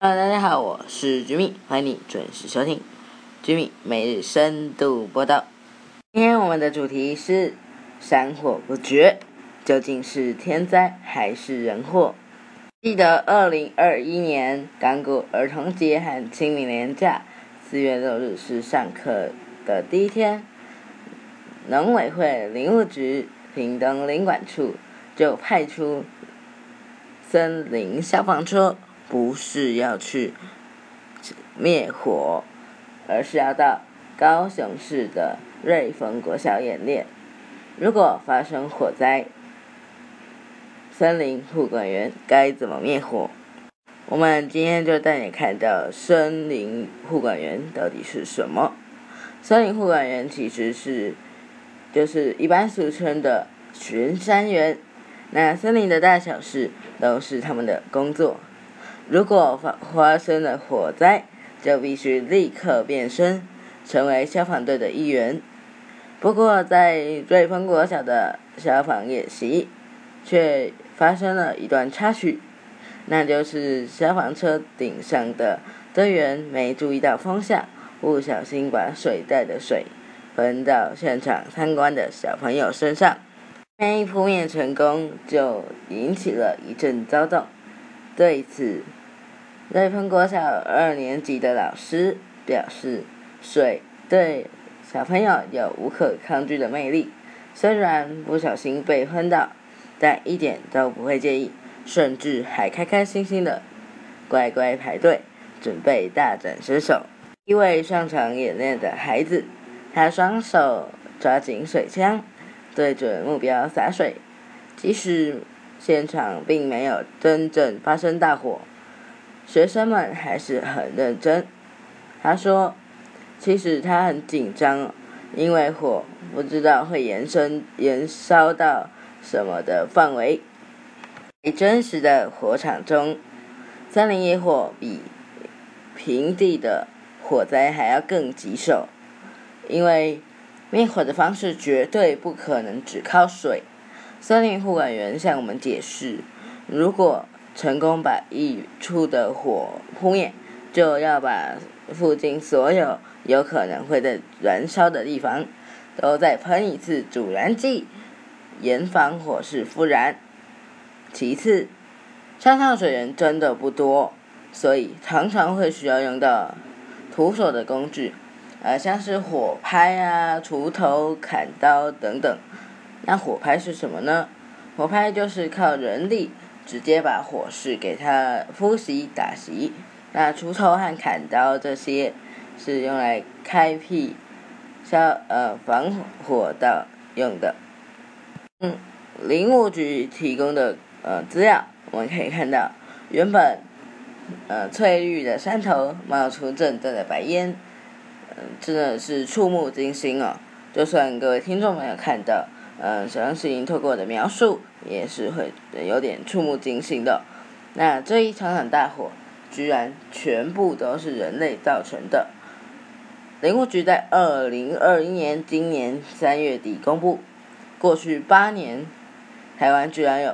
Hello，大家好，我是居民，欢迎你准时收听居民每日深度播报。今天我们的主题是山火不绝，究竟是天灾还是人祸？记得2021年刚过儿童节和清明连假，4月6日是上课的第一天，农委会林务局屏东林管处就派出森林消防车，不是要去灭火，而是要到高雄市的瑞丰国小演练。如果发生火灾，森林护管员该怎么灭火？我们今天就带你看到森林护管员到底是什么。森林护管员其实就是一般俗称的巡山员，那森林的大小事都是他们的工作。如果发生了火灾，就必须立刻变身，成为消防队的一员。不过在瑞丰国小的消防演习却发生了一段插曲，那就是消防车顶上的队员没注意到风向，不小心把水袋的水喷到现场参观的小朋友身上，没扑灭成功，就引起了一阵骚动。对此，瑞丰国小2年级的老师表示，水对小朋友有无可抗拒的魅力，虽然不小心被喷到，但一点都不会介意，甚至还开开心心的乖乖排队，准备大展身手。一位上场演练的孩子，他双手抓紧水枪，对准目标洒水，即使现场并没有真正发生大火，学生们还是很认真。他说其实他很紧张，因为火不知道会延烧到什么的范围。在真实的火场中，森林野火比平地的火灾还要更棘手，因为灭火的方式绝对不可能只靠水。森林护管员向我们解释，如果成功把一处的火扑灭，就要把附近所有有可能会在燃烧的地方都再喷一次助燃剂，严防火势复燃。其次，山上水源真的不多，所以常常会需要用到徒手的工具，像是火拍啊、锄头、砍刀等等。那火拍是什么呢？火拍就是靠人力直接把火势给它扑熄打熄。那锄头和砍刀这些是用来开辟防火道用的。林务局提供的资料，我们可以看到，原本翠绿的山头冒出阵阵的白烟，真的是触目惊心哦。就算各位听众没有看到，相信透过我的描述也是会有点触目惊心的。那这一场大火居然全部都是人类造成的。林务局在2021年今年3月底公布，过去8年，台湾居然有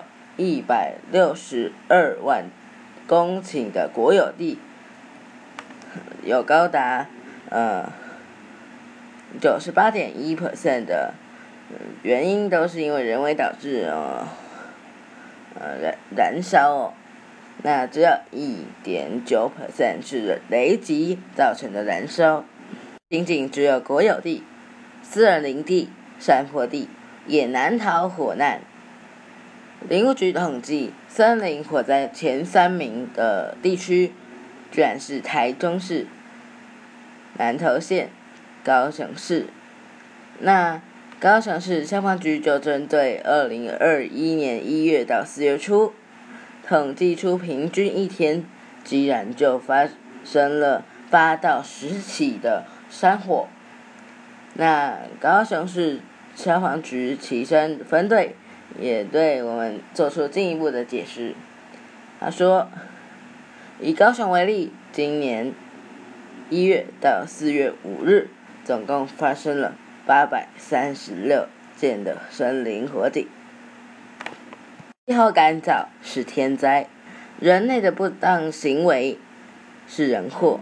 162万公顷的国有地，有高达98.1% 的原因都是因为人为导致燃烧哦。那只有1.9% 是雷击造成的燃烧，仅只有国有地、私人林地、山坡地也难逃火难。林务局统计，森林火灾前3名的地区，居然是台中市、南投县、高雄市。那高雄市消防局就针对2021年1月到4月初，统计出平均一天居然就发生了8到10起的山火。那高雄市消防局旗山分队也对我们做出进一步的解释。他说，以高雄为例，今年1月到4月5日，总共发生了836件的森林火警。气候干燥是天灾，人类的不当行为是人祸。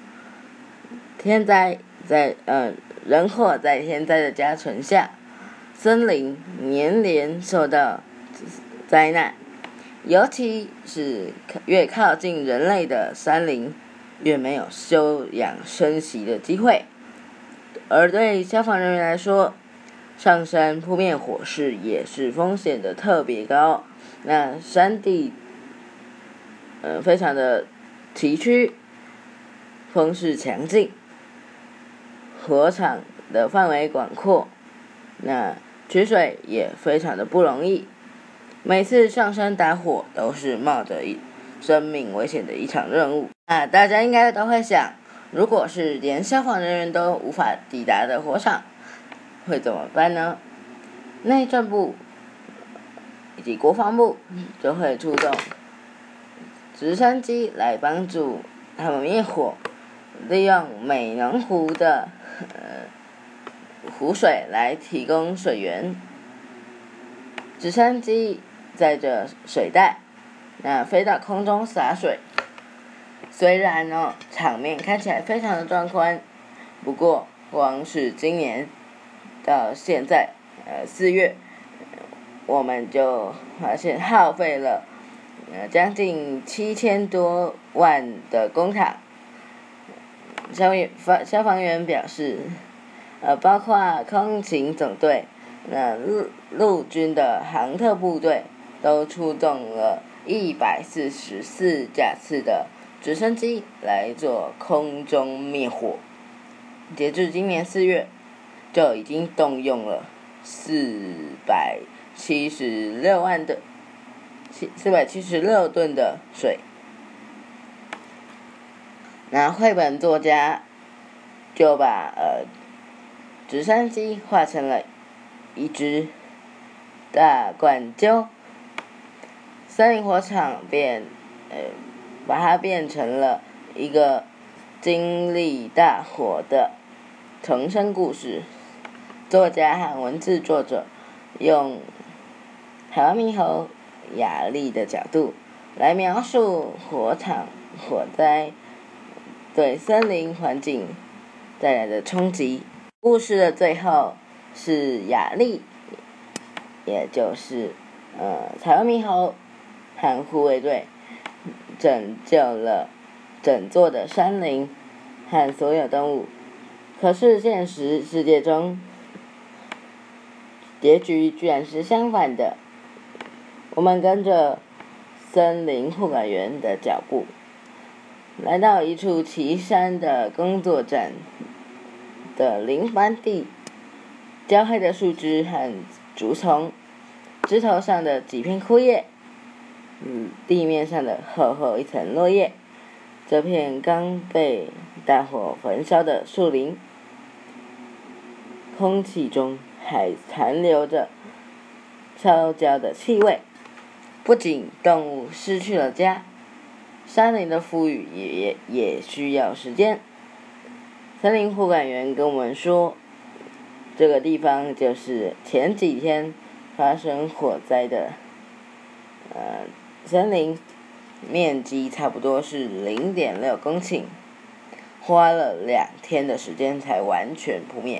人祸在天灾的加成下，森林年年受到灾难，尤其是越靠近人类的山林，越没有休养生息的机会。而对消防人员来说，上山扑灭火势也是风险的特别高。那山地非常的崎岖，风势强劲，火场的范围广阔，那取水也非常的不容易。每次上山打火都是冒着生命危险的一场任务。那大家应该都会想，如果是连消防人员都无法抵达的火场，会怎么办呢？内政部以及国防部就会出动直升机来帮助他们灭火，利用美浓湖的湖水来提供水源。直升机载着水袋，那飞到空中洒水。虽然场面看起来非常的壮观，不过光是今年到现在4月，我们就发现耗费了将近7000多万的公帑。消防员表示，包括空勤总队、陆军的航特部队都出动了144架次的直升机来做空中灭火。截至今年4月，就已经动用了476吨的水。那绘本作家就把直升机画成了一只大冠鸠，森林火场便把它变成了一个经历大火的重生故事。作家和文字作者用台湾猕猴雅丽的角度来描述火场火灾对森林环境带来的冲击。故事的最后是雅丽，也就是台湾猕猴和护卫队拯救了整座的山林和所有动物。可是现实世界中，结局居然是相反的。我们跟着森林护管员的脚步，来到一处岐山的工作站的林班地，焦黑的树枝和竹丛，枝头上的几片枯叶，地面上的厚厚一层落叶，这片刚被大火焚烧的树林，空气中还残留着烧焦的气味。不仅动物失去了家，山林的复育也需要时间。森林护管员跟我们说，这个地方就是前几天发生火灾的森林，面积差不多是0.6公顷，花了2天的时间才完全扑灭。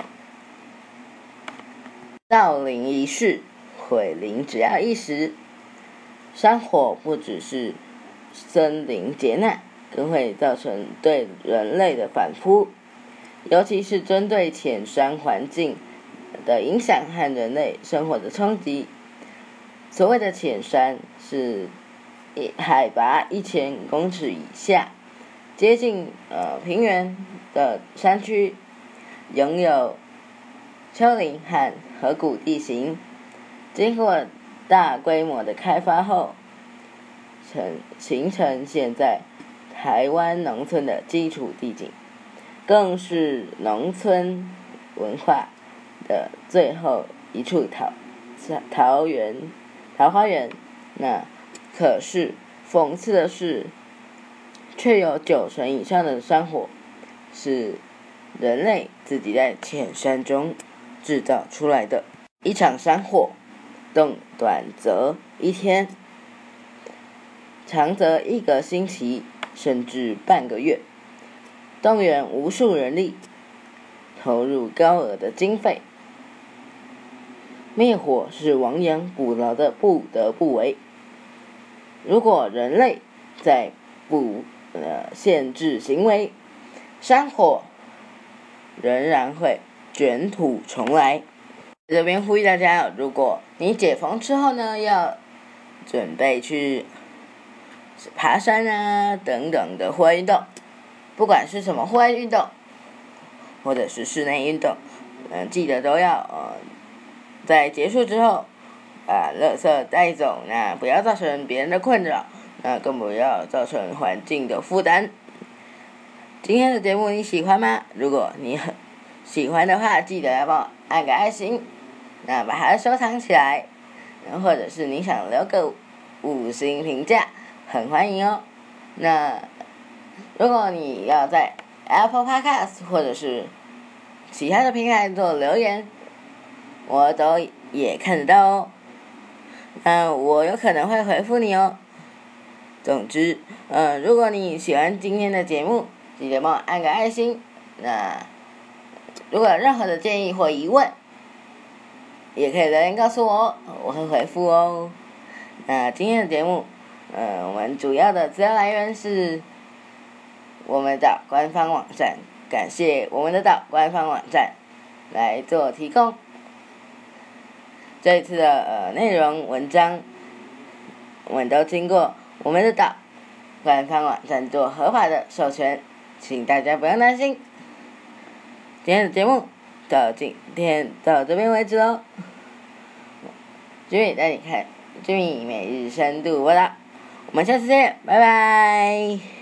造林一世，毁林只要一时。山火不只是森林劫难，更会造成对人类的反扑，尤其是针对浅山环境的影响和人类生活的冲击。所谓的浅山是海拔1000公尺以下，接近平原的山区，拥有丘陵和河谷地形，经过大规模的开发后，形成现在台湾农村的基础地景，更是农村文化的最后一处桃花源。那可是讽刺的是，却有90%以上的山火是人类自己在浅山中制造出来的。一场山火，短则1天，长则1个星期， 甚至半个月，动员无数人力，投入高额的经费。灭火是亡羊补牢的不得不为。如果人类再不限制行为，山火仍然会卷土重来。这边呼吁大家，如果你解封之后呢，要准备去爬山啊等等的户外运动，不管是什么户外运动，或者是室内运动，记得都要在结束之后把垃圾带走，那不要造成别人的困扰，那更不要造成环境的负担。今天的节目你喜欢吗？如果你很喜欢的话，记得要帮我按个爱心，那把它收藏起来，或者是你想留个5星评价，很欢迎哦。那如果你要在 Apple Podcast 或者是其他的平台做留言，我都也看得到哦。那我有可能会回复你哦。总之，如果你喜欢今天的节目，记得帮我按个爱心。那如果有任何的建议或疑问，也可以留言告诉我哦，我会回复哦。那今天的节目，我们主要的资料来源是我们的官方网站，感谢我们的岛官方网站来做提供。这一次的内容文章，我们都经过我们的岛官方网站做合法的授权，请大家不用担心。今天的节目到这边为止哦。Jimmy 带你看Jimmy 每日深度报道，我们下次见，拜拜。